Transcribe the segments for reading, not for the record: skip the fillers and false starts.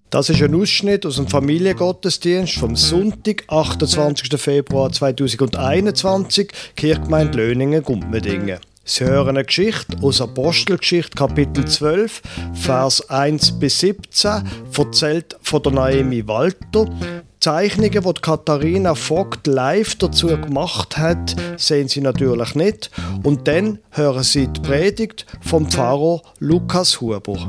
Das ist ein Ausschnitt aus dem Familiengottesdienst vom Sonntag, 28. Februar 2021, Kirchgemeinde Löningen-Gumpmedingen. Sie hören eine Geschichte aus Apostelgeschichte, Kapitel 12, Vers 1 bis 17, erzählt von der Naomi Walter. Die Zeichnungen, die Katharina Vogt live dazu gemacht hat, sehen Sie natürlich nicht. Und dann hören Sie die Predigt vom Pfarrer Lukas Huber.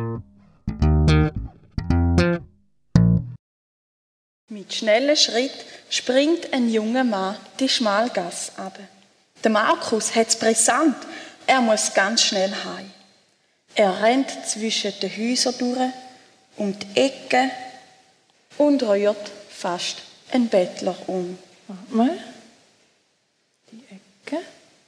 Mit schnellen Schritt springt ein junger Mann die Schmalgasse ab. Der Markus hat es brisant. Er muss ganz schnell heim. Er rennt zwischen den Häusern durch, um die Ecke und rührt fast einen Bettler um. Warte mal. Die Ecke.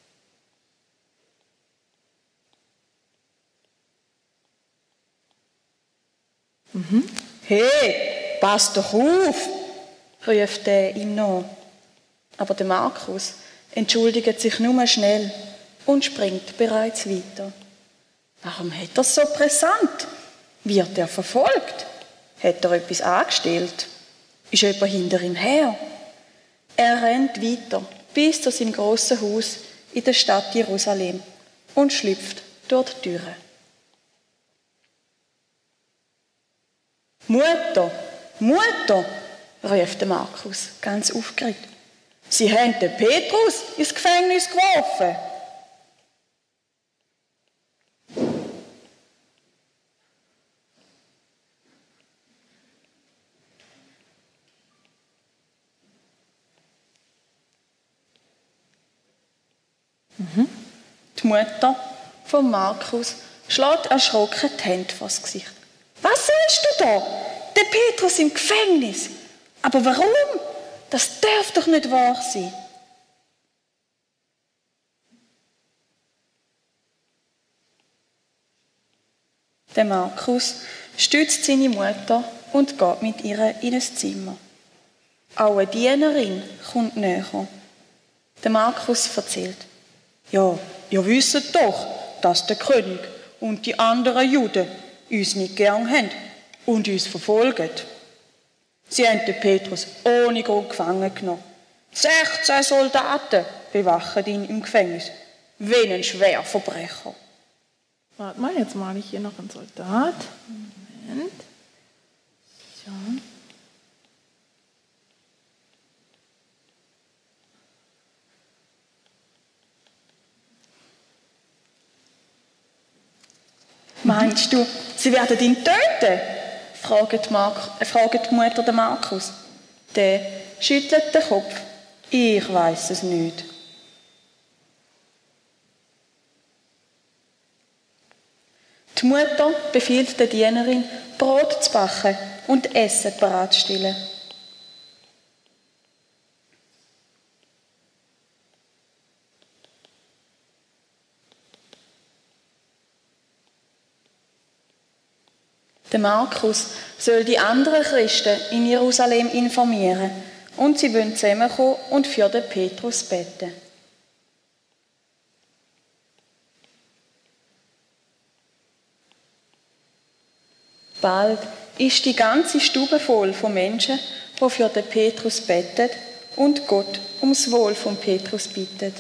Hey, pass doch auf, ruft er ihm nach. Aber der Markus entschuldigt sich nur schnell und springt bereits weiter. Warum hat er es so brisant? Wird er verfolgt? Hat er etwas angestellt? Ist jemand hinter ihm her? Er rennt weiter bis zu seinem grossen Haus in der Stadt Jerusalem und schlüpft durch die Türe. Mutter, Mutter, ruft Markus ganz aufgeregt. Sie haben den Petrus ins Gefängnis geworfen. Die Mutter von Markus schlägt erschrocken die Hände vors Gesicht. Was willst du da? Der Petrus im Gefängnis. Aber warum? Das darf doch nicht wahr sein. Der Markus stützt seine Mutter und geht mit ihr in ein Zimmer. Auch eine Dienerin kommt näher. Der Markus erzählt. Ja, ihr wisst doch, dass der König und die anderen Juden uns nicht gern haben und uns verfolgen. Sie haben den Petrus ohne Grund gefangen genommen. 16 Soldaten bewachen ihn im Gefängnis, wie ein Schwerverbrecher. Warte mal, jetzt male ich hier noch einen Soldat. Moment. So. Meinst du, sie werden ihn töten? Fragt die Mutter den Markus. Der schüttelt den Kopf. Ich weiss es nicht. Die Mutter befiehlt der Dienerin, Brot zu backen und Essen bereitzustellen. Der Markus soll die anderen Christen in Jerusalem informieren und sie wollen zusammenkommen und für den Petrus beten. Bald ist die ganze Stube voll von Menschen, die für den Petrus beten und Gott ums Wohl von Petrus bittet.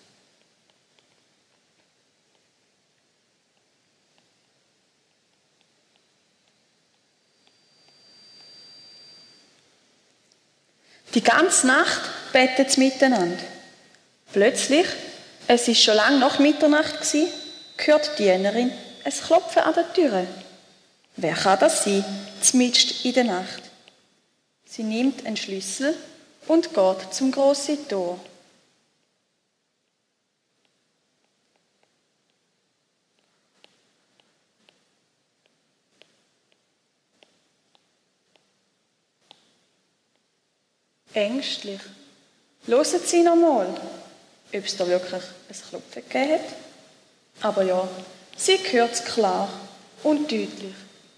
Die ganze Nacht beten sie miteinander. Plötzlich, es ist schon lange nach Mitternacht gsi, hört die Dienerin ein Klopfen an der Tür. Wer kann das sein, mitten in der Nacht? Sie nimmt einen Schlüssel und geht zum grossen Tor. Ängstlich hören sie nochmal, ob es da wirklich ein Klopfen gegeben hat. Aber ja, sie hört es klar und deutlich.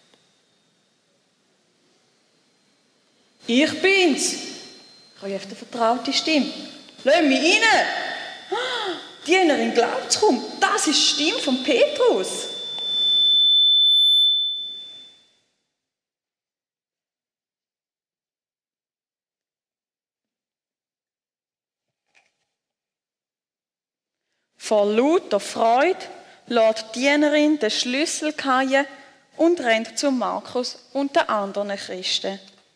Ich bin's, ruft eine vertraute Stimme. Lass mich rein! Die Dienerin glaubt es kaum, das ist die Stimme von Petrus. Vor lauter Freude lässt die Dienerin den Schlüssel fallen und rennt zu Markus und den anderen Christen.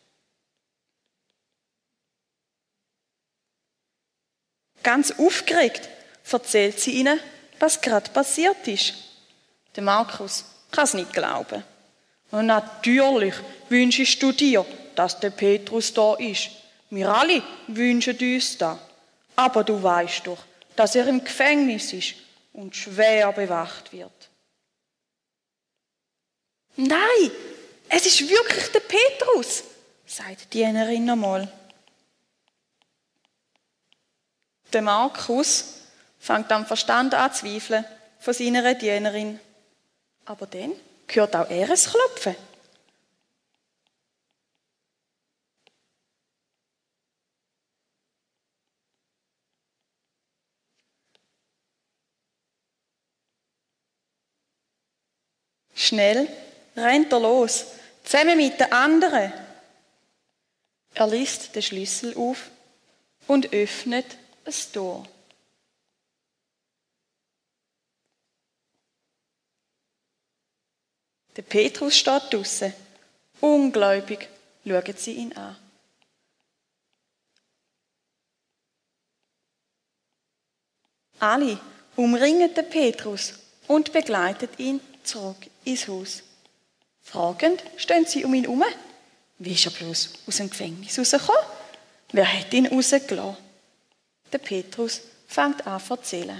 Ganz aufgeregt erzählt sie ihnen, was gerade passiert ist. Der Markus kann es nicht glauben. Und natürlich wünschst du dir, dass der Petrus da ist. Wir alle wünschen uns das. Aber du weißt doch, dass er im Gefängnis ist und schwer bewacht wird. Nein, es ist wirklich der Petrus, sagt die Dienerin nochmal. Der Markus fängt am Verstand an zu zweifeln von seiner Dienerin. Aber dann hört auch er es klopfen. Schnell rennt er los, zusammen mit den anderen. Er liest den Schlüssel auf und öffnet ein Tor. Der Petrus steht draussen. Ungläubig schauen sie ihn an. Alle umringen den Petrus und begleiten ihn zurück ins Haus. Fragend stehen sie um ihn herum. Wie ist er bloß aus dem Gefängnis rausgekommen? Wer hat ihn rausgelassen? Der Petrus fängt an zu erzählen.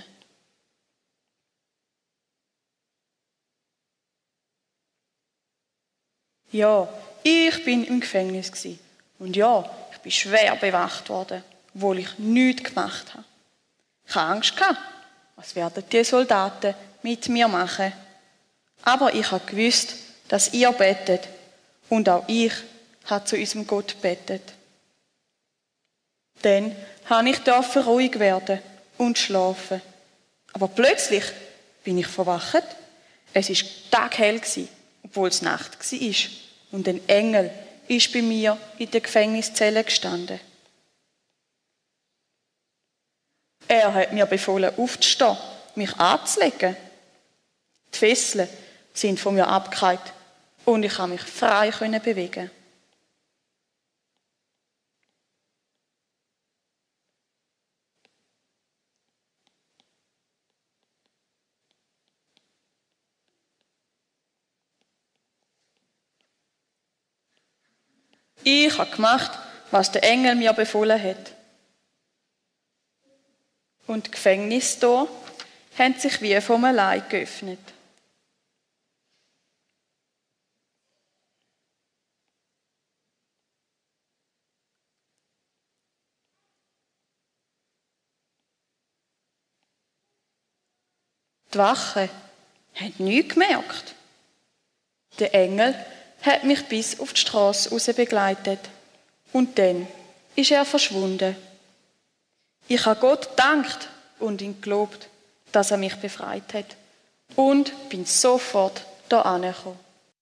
Ja, ich bin im Gefängnis gsi. Und ja, ich bin schwer bewacht worden, obwohl ich nichts gemacht habe. Ich hatte Angst, was werden die Soldaten mit mir machen. Aber ich habe gewusst, dass ihr betet. Und auch ich habe zu unserem Gott betet. Dann durfte ich ruhig werden und schlafen. Aber plötzlich bin ich verwacht. Es war taghell, obwohl es Nacht war. Und ein Engel ist bei mir in der Gefängniszelle gestanden. Er hat mir befohlen, aufzustehen, mich anzulegen. Die Fesseln sind von mir abgefallen und ich konnte mich frei bewegen. Ich habe gemacht, was der Engel mir befohlen hat. Und die Gefängnistore haben sich wie von allein geöffnet. Die Wache hat nichts gemerkt. Der Engel hat mich bis auf die Strasse raus begleitet. Und dann ist er verschwunden. Ich habe Gott gedankt und ihn gelobt, dass er mich befreit hat. Und bin sofort hier angekommen.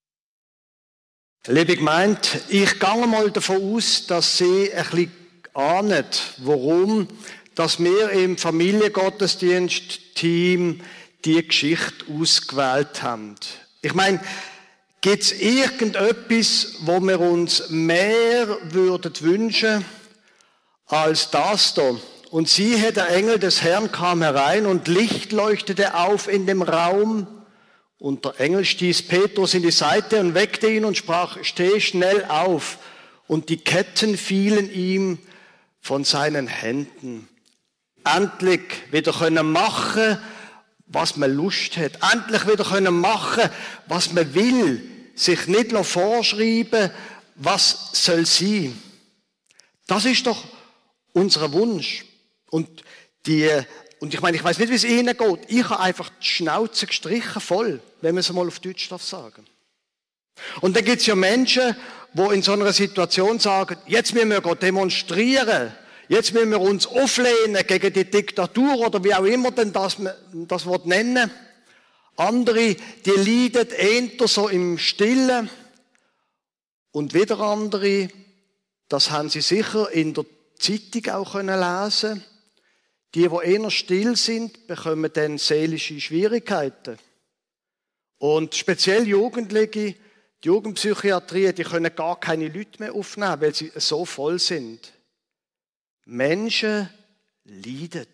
Liebe Gemeinde, ich gehe mal davon aus, dass Sie ein bisschen ahnen, warum dass wir im Familiengottesdienst-Team die Geschichte ausgewählt haben. Ich meine, gibt es irgendetwas, wo wir uns mehr würden wünschen als das hier? Und siehe, der Engel des Herrn kam herein und Licht leuchtete auf in dem Raum. Und der Engel stieß Petrus in die Seite und weckte ihn und sprach, steh schnell auf. Und die Ketten fielen ihm von seinen Händen. Endlich wieder können machen, was man Lust hat. Endlich wieder können machen, was man will. Sich nicht vorschreiben, was soll sein. Das ist doch unser Wunsch. Und ich meine, ich weiß nicht, wie es Ihnen geht. Ich habe einfach die Schnauze gestrichen voll, wenn man es mal auf Deutsch sagen darf. Und dann gibt es ja Menschen, die in so einer Situation sagen, jetzt müssen wir demonstrieren, jetzt müssen wir uns auflehnen gegen die Diktatur oder wie auch immer denn das nennen. Andere, die leiden eher so im Stillen. Und wieder andere, das haben Sie sicher in der Zeitung auch lesen können. Die eher still sind, bekommen dann seelische Schwierigkeiten. Und speziell Jugendliche, die Jugendpsychiatrie, die können gar keine Leute mehr aufnehmen, weil sie so voll sind. Menschen leiden.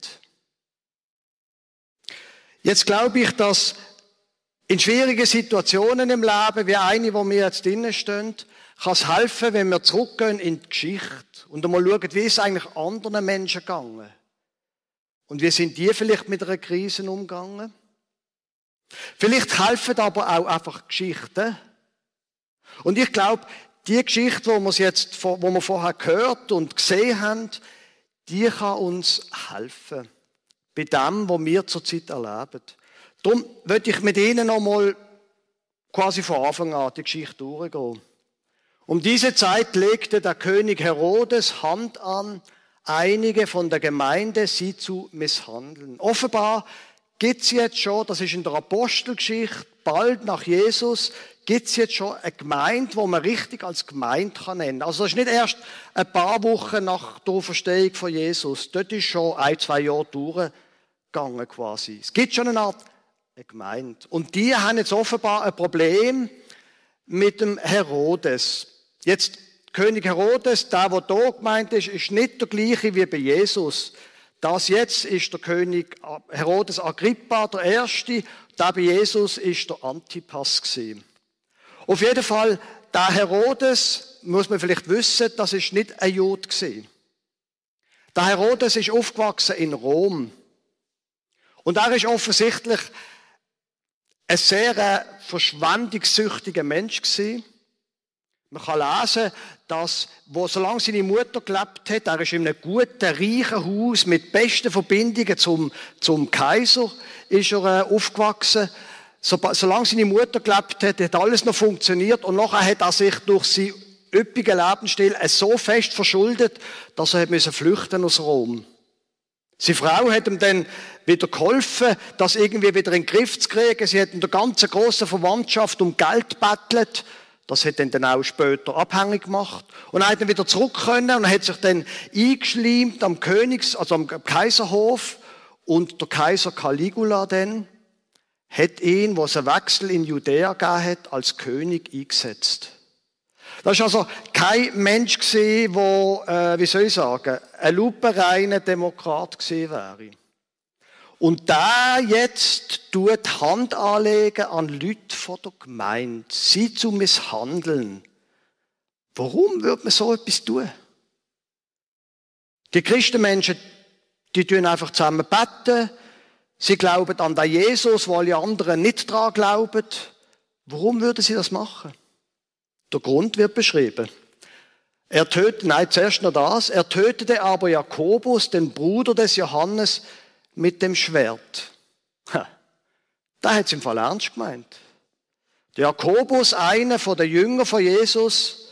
Jetzt glaube ich, dass in schwierigen Situationen im Leben, wie eine, wo wir jetzt drinnen stehen, kann es helfen, wenn wir zurückgehen in die Geschichte und einmal schauen, wie ist es eigentlich anderen Menschen gegangen. Und wie sind die vielleicht mit einer Krise umgegangen? Vielleicht helfen aber auch einfach Geschichten. Und ich glaube, die Geschichte, wo wir vorher gehört und gesehen haben, die kann uns helfen. Bei dem, was wir zurzeit erleben. Darum möchte ich mit Ihnen nochmal quasi von Anfang an die Geschichte durchgehen. Um diese Zeit legte der König Herodes Hand an, einige von der Gemeinde sie zu misshandeln. Offenbar gibt es jetzt schon, das ist in der Apostelgeschichte, bald nach Jesus, gibt es jetzt schon eine Gemeinde, die man richtig als Gemeinde nennen kann. Also das ist nicht erst ein paar Wochen nach der Auferstehung von Jesus. Dort ist schon 1-2 Jahre durchgegangen quasi. Es gibt schon eine Art Gemeinde. Und die haben jetzt offenbar ein Problem mit dem Herodes. Jetzt, König Herodes, der hier gemeint ist, ist nicht der gleiche wie bei Jesus. Das jetzt ist der König Herodes Agrippa, der Erste. Der bei Jesus ist der Antipas gewesen. Auf jeden Fall, der Herodes, muss man vielleicht wissen, das ist nicht ein Jude gewesen. Der Herodes ist aufgewachsen in Rom. Und er ist offensichtlich ein sehr verschwendungssüchtiger Mensch gewesen. Man kann lesen, dass, solange seine Mutter gelebt hat, er ist in einem guten, reichen Haus mit besten Verbindungen zum Kaiser, ist er aufgewachsen. Solange seine Mutter gelebt hat, hat alles noch funktioniert und nachher hat er sich durch seinen üppigen Lebensstil so fest verschuldet, dass er flüchten aus Rom. Seine Frau hat ihm dann wieder geholfen, das irgendwie wieder in den Griff zu kriegen. Sie hat in der ganzen grossen Verwandtschaft um Geld gebettelt. Das hat ihn dann auch später abhängig gemacht. Und er hat dann wieder zurück können und hat sich dann eingeschleimt am am Kaiserhof. Und der Kaiser Caligula dann hat ihn, wo es einen Wechsel in Judäa gegeben hat, als König eingesetzt. Das war also kein Mensch gewesen, der, ein lupenreiner Demokrat gewesen wäre. Und der jetzt tut Hand anlegen an Leute von der Gemeinde, sie zu misshandeln. Warum würde man so etwas tun? Die Christenmenschen, die tun einfach zusammen beten. Sie glauben an den Jesus, wo alle anderen nicht daran glauben. Warum würden sie das machen? Der Grund wird beschrieben. Zuerst noch das. Er tötete aber Jakobus, den Bruder des Johannes, mit dem Schwert. Da hat es im Fall ernst gemeint. Der Jakobus, einer von den Jüngern von Jesus,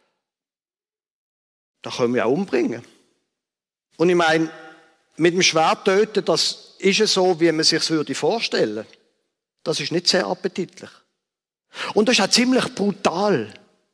da können wir auch umbringen. Und ich meine, mit dem Schwert töten, das ist es so, wie man sich vorstellen würde. Das ist nicht sehr appetitlich. Und das ist auch ziemlich brutal.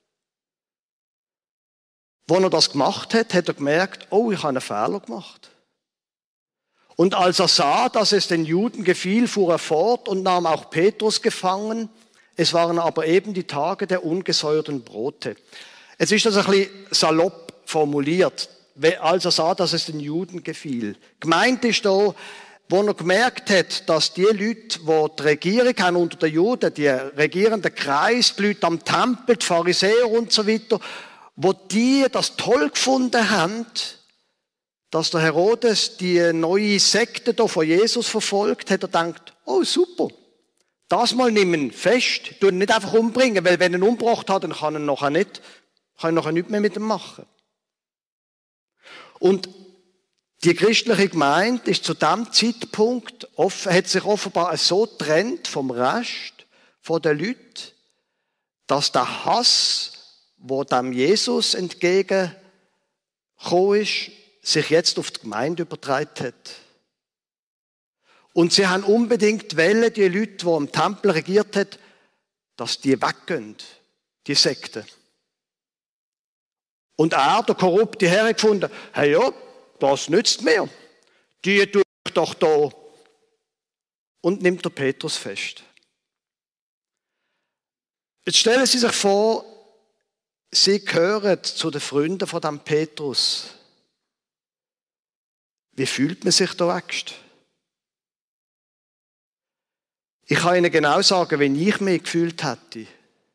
Als er das gemacht hat, hat er gemerkt, oh, ich habe einen Fehler gemacht. Und als er sah, dass es den Juden gefiel, fuhr er fort und nahm auch Petrus gefangen. Es waren aber eben die Tage der ungesäuerten Brote. Jetzt ist das ein bisschen salopp formuliert, als er sah, dass es den Juden gefiel. Gemeint ist da, wo er gemerkt hat, dass die Leute, die Regierung haben unter den Juden, die regierenden Kreis, die Leute am Tempel, die Pharisäer und so weiter, wo die das toll gefunden haben, dass der Herodes die neue Sekte da von Jesus verfolgt, hat er gedacht, oh super, das mal nehmen fest, tun ihn nicht einfach umbringen, weil wenn er ihn umgebracht hat, dann kann ich nachher nichts mehr mit ihm machen. Und die christliche Gemeinde ist zu diesem Zeitpunkt, hat sich offenbar so getrennt vom Rest von den Leuten, dass der Hass, wo dem Jesus entgegengekommen ist, sich jetzt auf die Gemeinde übertragen hat. Und sie haben unbedingt wollen, die Leute, die im Tempel regiert haben, dass die weggehen, die Sekte. Und er, der korrupte Herr, gefunden, hey ja, das nützt mir. Die doch da und nimmt der Petrus fest. Jetzt stellen Sie sich vor, Sie gehören zu den Freunden von dem Petrus. Wie fühlt man sich da ängst? Ich kann Ihnen genau sagen, wie ich mich gefühlt hätte.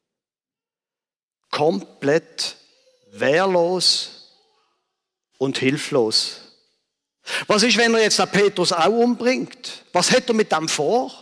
Komplett wehrlos und hilflos. Was ist, wenn er jetzt den Petrus auch umbringt? Was hat er mit dem vor?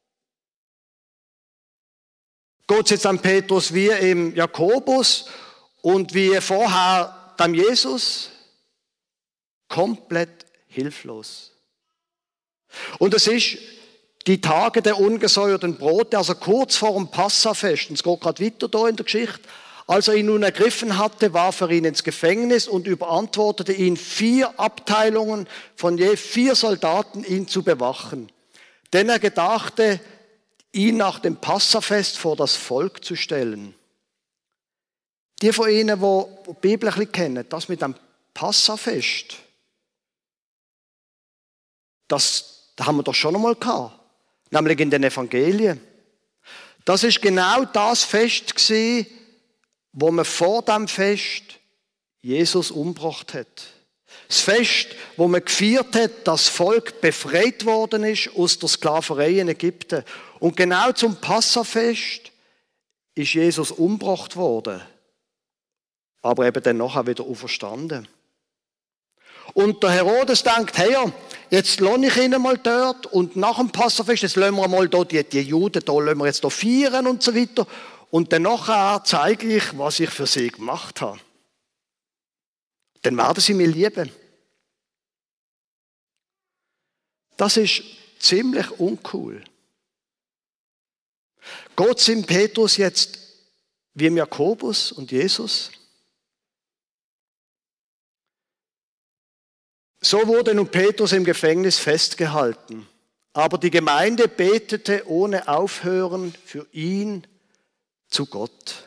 Geht es jetzt an Petrus wie im Jakobus und wie vorher dem Jesus? Komplett hilflos. Und es ist die Tage der ungesäuerten Brote, also kurz vor dem Passafest, und es geht gerade weiter da in der Geschichte, als er ihn nun ergriffen hatte, warf er ihn ins Gefängnis und überantwortete ihn 4 Abteilungen von je 4 Soldaten, ihn zu bewachen. Denn er gedachte, ihn nach dem Passafest vor das Volk zu stellen. Die von Ihnen, die die Bibel ein bisschen kennen, das mit dem Passafest, das haben wir doch schon einmal gehabt, nämlich in den Evangelien. Das ist genau das Fest gewesen, wo man vor dem Fest Jesus umgebracht hat. Das Fest, wo man gefeiert hat, dass das Volk befreit worden ist aus der Sklaverei in Ägypten. Und genau zum Passafest ist Jesus umgebracht worden, aber eben dann nachher wieder auferstanden. Und der Herodes denkt, hey, jetzt lasse ich ihn mal dort und nach dem Passafest, jetzt lassen wir mal da die Juden, da lassen wir jetzt da feiern und so weiter. Und dann nachher zeige ich, was ich für sie gemacht habe. Dann werden sie mich lieben. Das ist ziemlich uncool. Geht es im Petrus jetzt wie im Jakobus und Jesus? So wurde nun Petrus im Gefängnis festgehalten. Aber die Gemeinde betete ohne Aufhören für ihn zu Gott.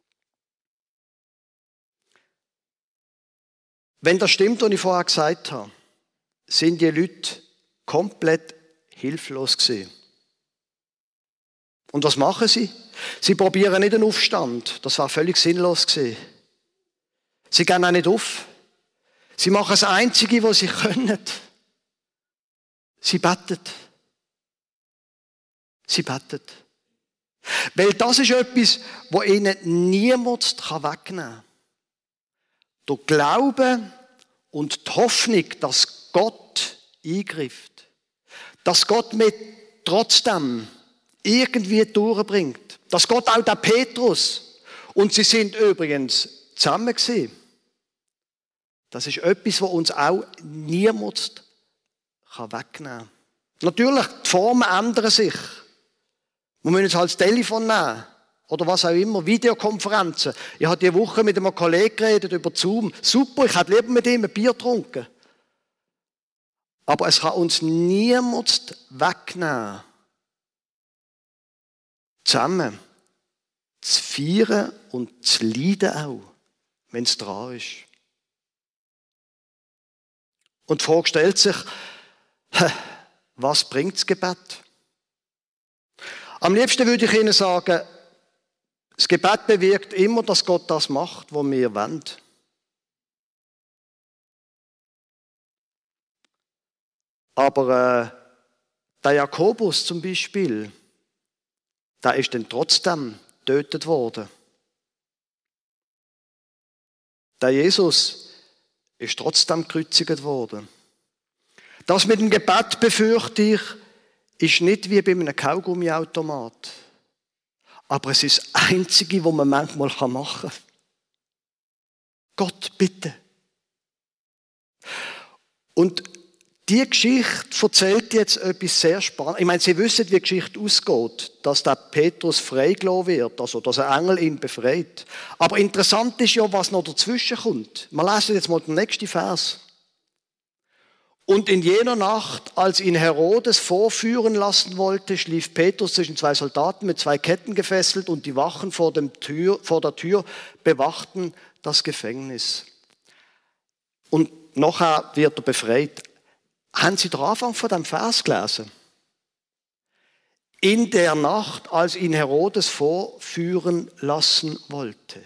Wenn das stimmt, was ich vorher gesagt habe, sind die Leute komplett hilflos gewesen. Und was machen sie? Sie probieren nicht einen Aufstand. Das war völlig sinnlos gewesen. Sie gehen auch nicht auf. Sie machen das Einzige, was sie können. Sie beten. Sie beten. Weil das ist etwas, was ihnen niemand wegnehmen kann. Der Glaube und die Hoffnung, dass Gott eingreift. Dass Gott mit trotzdem irgendwie durchbringt. Dass Gott auch der Petrus, und sie sind übrigens zusammen gewesen. Das ist etwas, was uns auch niemand wegnehmen kann. Natürlich, die Formen ändern sich. Wir müssen jetzt halt das Telefon nehmen. Oder was auch immer, Videokonferenzen. Ich habe diese Woche mit einem Kollegen geredet über Zoom. Super, ich hätte lieber mit ihm ein Bier getrunken. Aber es kann uns niemand wegnehmen, zusammen zu feiern und zu leiden auch, wenn es dran ist. Und die Frage stellt sich, was bringt das Gebet? Am liebsten würde ich Ihnen sagen, das Gebet bewirkt immer, dass Gott das macht, was wir wollen. Aber der Jakobus zum Beispiel, der ist dann trotzdem getötet worden. Der Jesus ist trotzdem gekreuzigt worden. Das mit dem Gebet, befürchte ich, ist nicht wie bei einem Kaugummiautomat. Aber es ist das Einzige, was man manchmal machen kann. Gott, bitte. Und die Geschichte erzählt jetzt etwas sehr Spannendes. Ich meine, Sie wissen, wie die Geschichte ausgeht, dass der Petrus freigelassen wird, also dass ein Engel ihn befreit. Aber interessant ist ja, was noch dazwischen kommt. Wir lesen jetzt mal den nächsten Vers. Und in jener Nacht, als ihn Herodes vorführen lassen wollte, schlief Petrus zwischen 2 Soldaten mit 2 Ketten gefesselt und die Wachen vor der Tür bewachten das Gefängnis. Und nachher wird er befreit. Haben Sie den Anfang von dem Vers gelesen? In der Nacht, als ihn Herodes vorführen lassen wollte.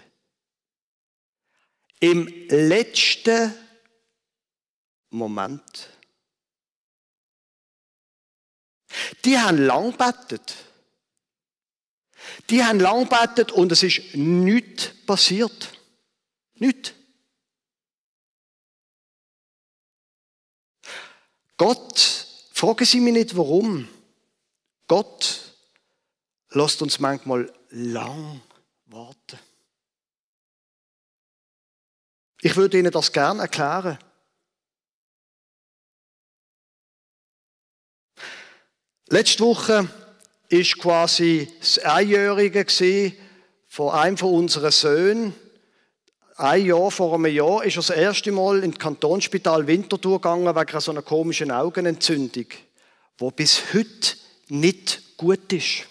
Im letzten Moment. Die haben lang gebetet. Die haben lang gebetet und es ist nichts passiert. Nichts. Gott, fragen Sie mich nicht, warum. Gott lässt uns manchmal lang warten. Ich würde Ihnen das gerne erklären. Letzte Woche war quasi das Einjährige von einem von unseren Söhnen. Vor einem Jahr ist er das erste Mal ins Kantonsspital Winterthur gegangen wegen so einer komischen Augenentzündung, die bis heute nicht gut ist.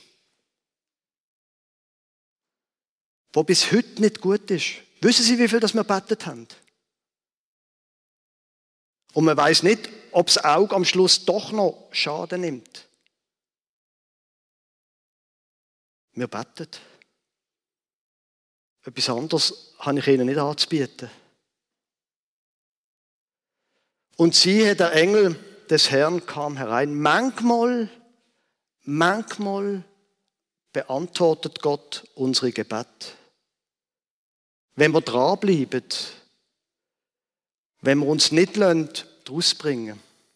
Die bis heute nicht gut ist. Wissen Sie, wie viel das wir gebetet haben? Und man weiss nicht, ob das Auge am Schluss doch noch Schaden nimmt. Wir beten. Etwas anderes habe ich Ihnen nicht anzubieten. Und siehe, der Engel des Herrn kam herein. Manchmal beantwortet Gott unsere Gebete. Wenn wir dranbleiben, wenn wir uns nicht daraus bringen.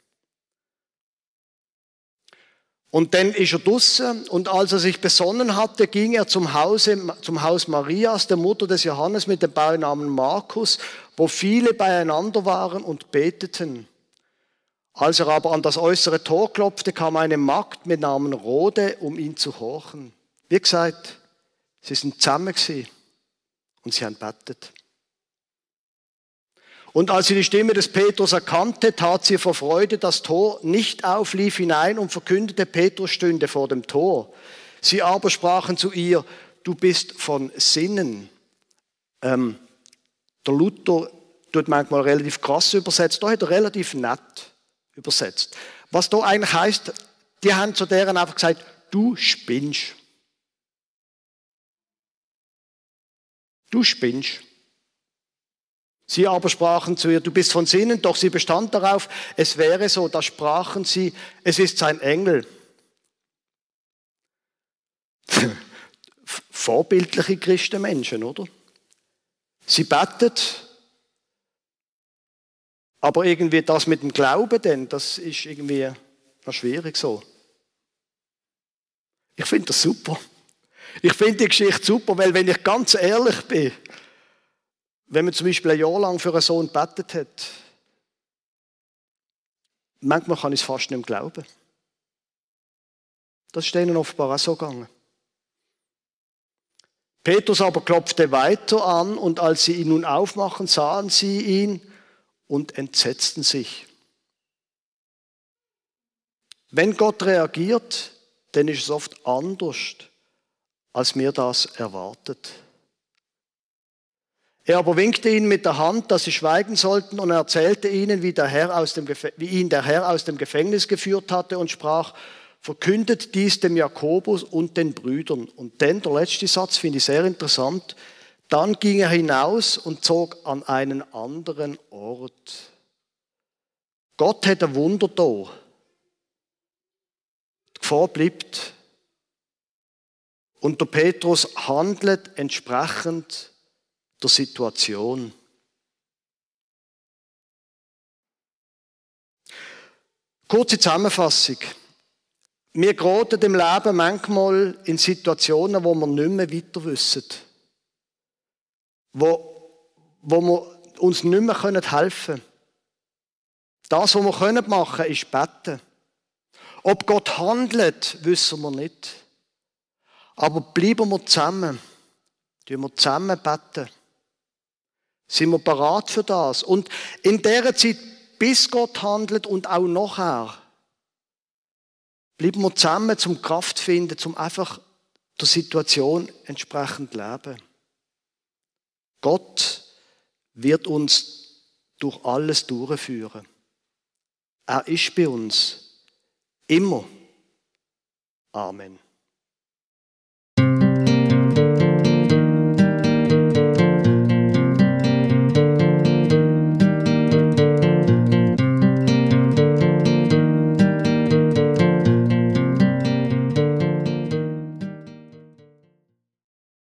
Und dann ist er draussen und als er sich besonnen hatte, ging er zum Haus Marias, der Mutter des Johannes mit dem Beinamen Markus, wo viele beieinander waren und beteten. Als er aber an das äußere Tor klopfte, kam eine Magd mit Namen Rode, um ihn zu horchen. Wie gesagt, sie sind zusammen gewesen und sie haben gebetet. Und als sie die Stimme des Petrus erkannte, tat sie vor Freude das Tor nicht auf, lief hinein und verkündete, Petrus stünde vor dem Tor. Sie aber sprachen zu ihr, du bist von Sinnen. Der Luther tut manchmal relativ krass übersetzt, da hat er relativ nett übersetzt. Was da eigentlich heisst, die haben zu deren einfach gesagt, du spinnst. Du spinnst. Sie aber sprachen zu ihr, du bist von Sinnen, doch sie bestand darauf, es wäre so, da sprachen sie, es ist sein Engel. Vorbildliche Christenmenschen, oder? Sie betet, aber irgendwie das mit dem Glauben denn, das ist irgendwie noch schwierig so. Ich finde das super. Ich finde die Geschichte super, weil wenn ich ganz ehrlich bin, wenn man zum Beispiel ein Jahr lang für einen Sohn gebetet hat, manchmal kann ich es fast nicht mehr glauben. Das ist denen offenbar auch so gegangen. Petrus aber klopfte weiter an und als sie ihn nun aufmachen, sahen sie ihn und entsetzten sich. Wenn Gott reagiert, dann ist es oft anders, als wir das erwartet. Er aber winkte ihnen mit der Hand, dass sie schweigen sollten, und er erzählte ihnen, wie ihn der Herr aus dem Gefängnis geführt hatte und sprach, verkündet dies dem Jakobus und den Brüdern. Und dann, der letzte Satz finde ich sehr interessant, dann ging er hinaus und zog an einen anderen Ort. Gott hat ein Wunder da. Die Gefahr bleibt. Und der Petrus handelt entsprechend der Situation. Kurze Zusammenfassung. Wir geraten im Leben manchmal in Situationen, wo wir nicht mehr weiter wissen. Wo wir uns nicht mehr helfen können. Das, was wir machen können, ist beten. Ob Gott handelt, wissen wir nicht. Aber bleiben wir zusammen. Tun wir zusammen beten. Sind wir bereit für das? Und in der Zeit, bis Gott handelt und auch nachher, bleiben wir zusammen, zum Kraft finden, zum einfach der Situation entsprechend leben. Gott wird uns durch alles durchführen. Er ist bei uns. Immer. Amen.